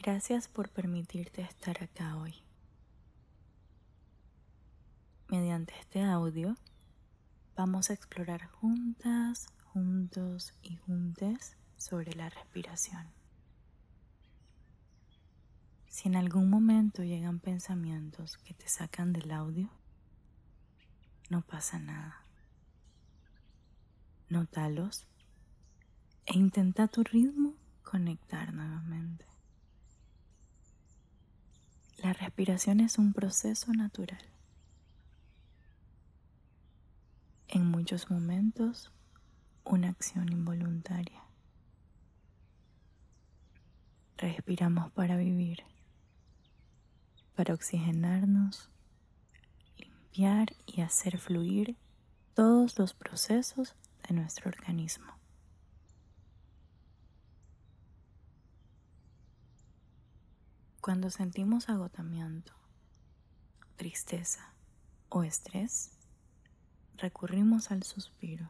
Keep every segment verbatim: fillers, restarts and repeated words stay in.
Gracias por permitirte estar acá hoy. Mediante este audio vamos a explorar juntas, juntos y juntes sobre la respiración. Si en algún momento llegan pensamientos que te sacan del audio, no pasa nada. Nótalos e intenta a tu ritmo conectar nuevamente. La respiración es un proceso natural. En muchos momentos, una acción involuntaria. Respiramos para vivir, para oxigenarnos, limpiar y hacer fluir todos los procesos de nuestro organismo. Cuando sentimos agotamiento, tristeza o estrés, recurrimos al suspiro.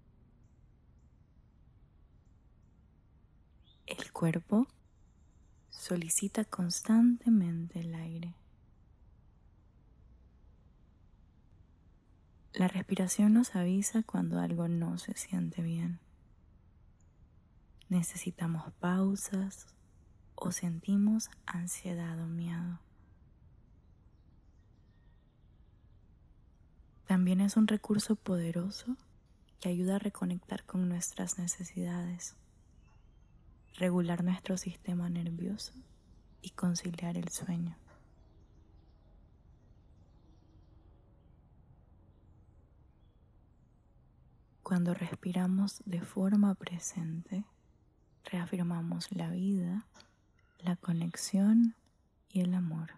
El cuerpo solicita constantemente el aire. La respiración nos avisa cuando algo no se siente bien. Necesitamos pausas o sentimos ansiedad o miedo. También es un recurso poderoso que ayuda a reconectar con nuestras necesidades, regular nuestro sistema nervioso y conciliar el sueño. Cuando respiramos de forma presente, reafirmamos la vida, la conexión y el amor.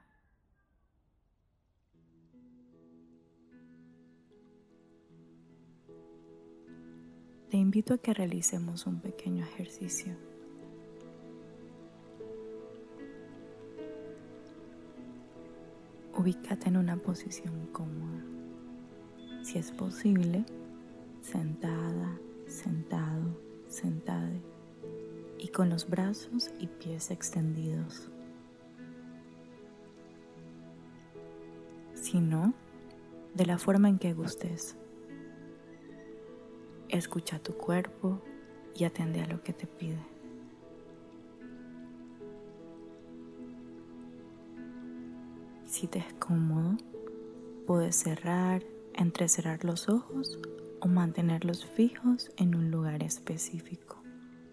Te invito a que realicemos un pequeño ejercicio. Ubícate en una posición cómoda. Si es posible, sentada, sentado, sentade y con los brazos y pies extendidos. Si no, de la forma en que gustes. Escucha tu cuerpo y atiende a lo que te pide. Si te es cómodo, puedes cerrar, entrecerrar los ojos o mantenerlos fijos en un lugar específico.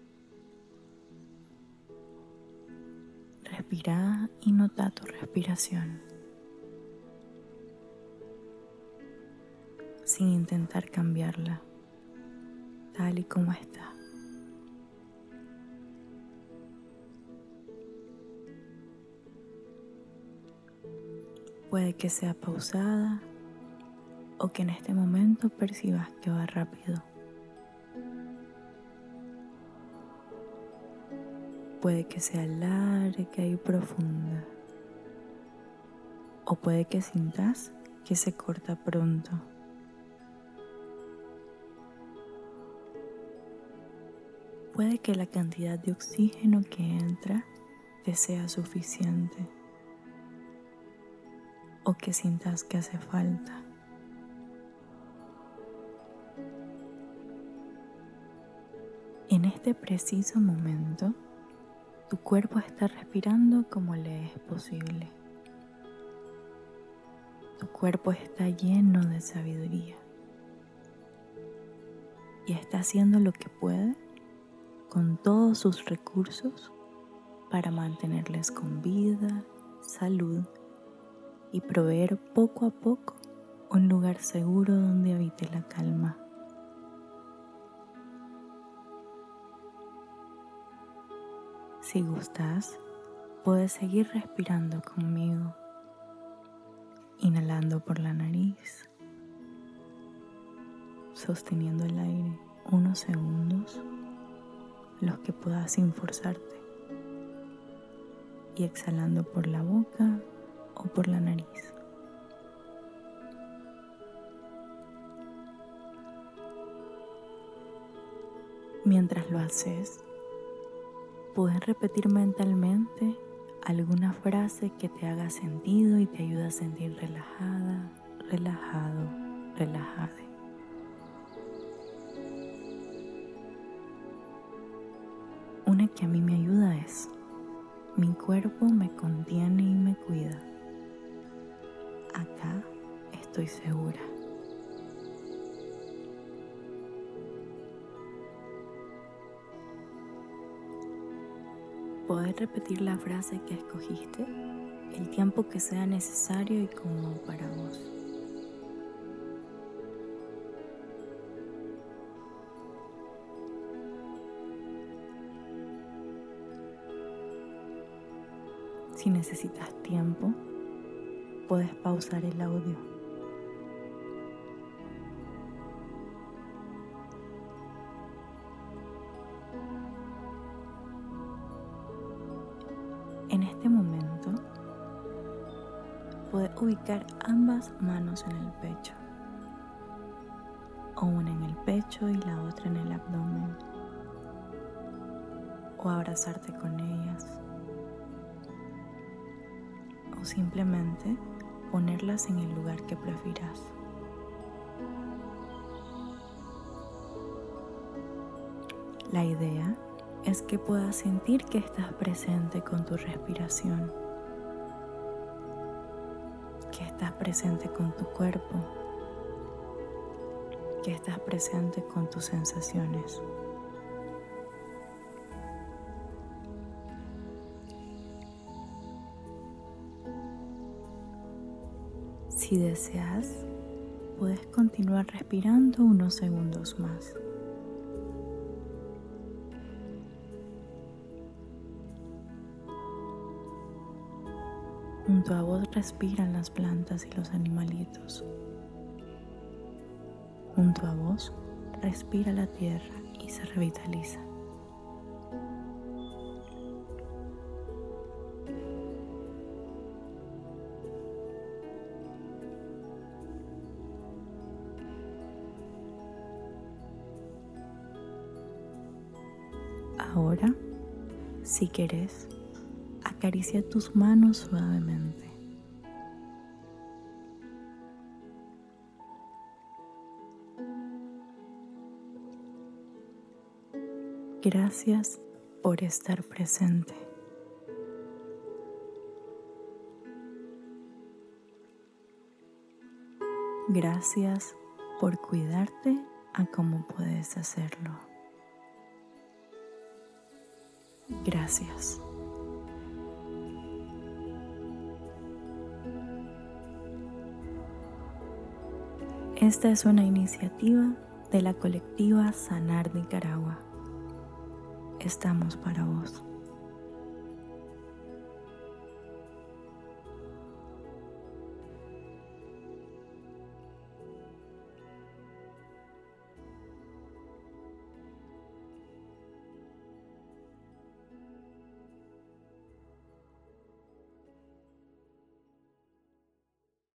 Respira y nota tu respiración, sin intentar cambiarla, tal y como está. Puede que sea pausada o que en este momento percibas que va rápido. Puede que sea larga y profunda, o puede que sientas que se corta pronto. Puede que la cantidad de oxígeno que entra te sea suficiente, o que sientas que hace falta. En este preciso momento, tu cuerpo está respirando como le es posible. Tu cuerpo está lleno de sabiduría y está haciendo lo que puede con todos sus recursos para mantenerles con vida, salud y proveer poco a poco un lugar seguro donde habite la calma. Si gustas, puedes seguir respirando conmigo, inhalando por la nariz, sosteniendo el aire unos segundos, los que puedas sin forzarte, y exhalando por la boca o por la nariz. Mientras lo haces, puedes repetir mentalmente alguna frase que te haga sentido y te ayude a sentir relajada, relajado, relajada. Una que a mí me ayuda es: mi cuerpo me contiene y me cuida. Acá estoy segura. Podés repetir la frase que escogiste el tiempo que sea necesario y cómodo para vos. Si necesitas tiempo, puedes pausar el audio. En este momento, puedes ubicar ambas manos en el pecho, o una en el pecho y la otra en el abdomen, o abrazarte con ellas, o simplemente ponerlas en el lugar que prefieras. La idea es que puedas sentir que estás presente con tu respiración, que estás presente con tu cuerpo, que estás presente con tus sensaciones. Si deseas, puedes continuar respirando unos segundos más. Junto a vos respiran las plantas y los animalitos. Junto a vos respira la tierra y se revitaliza. Ahora, si querés, acaricia tus manos suavemente. Gracias por estar presente. Gracias por cuidarte a como puedes hacerlo. Gracias. Esta es una iniciativa de la colectiva Sanar Nicaragua. Estamos para vos.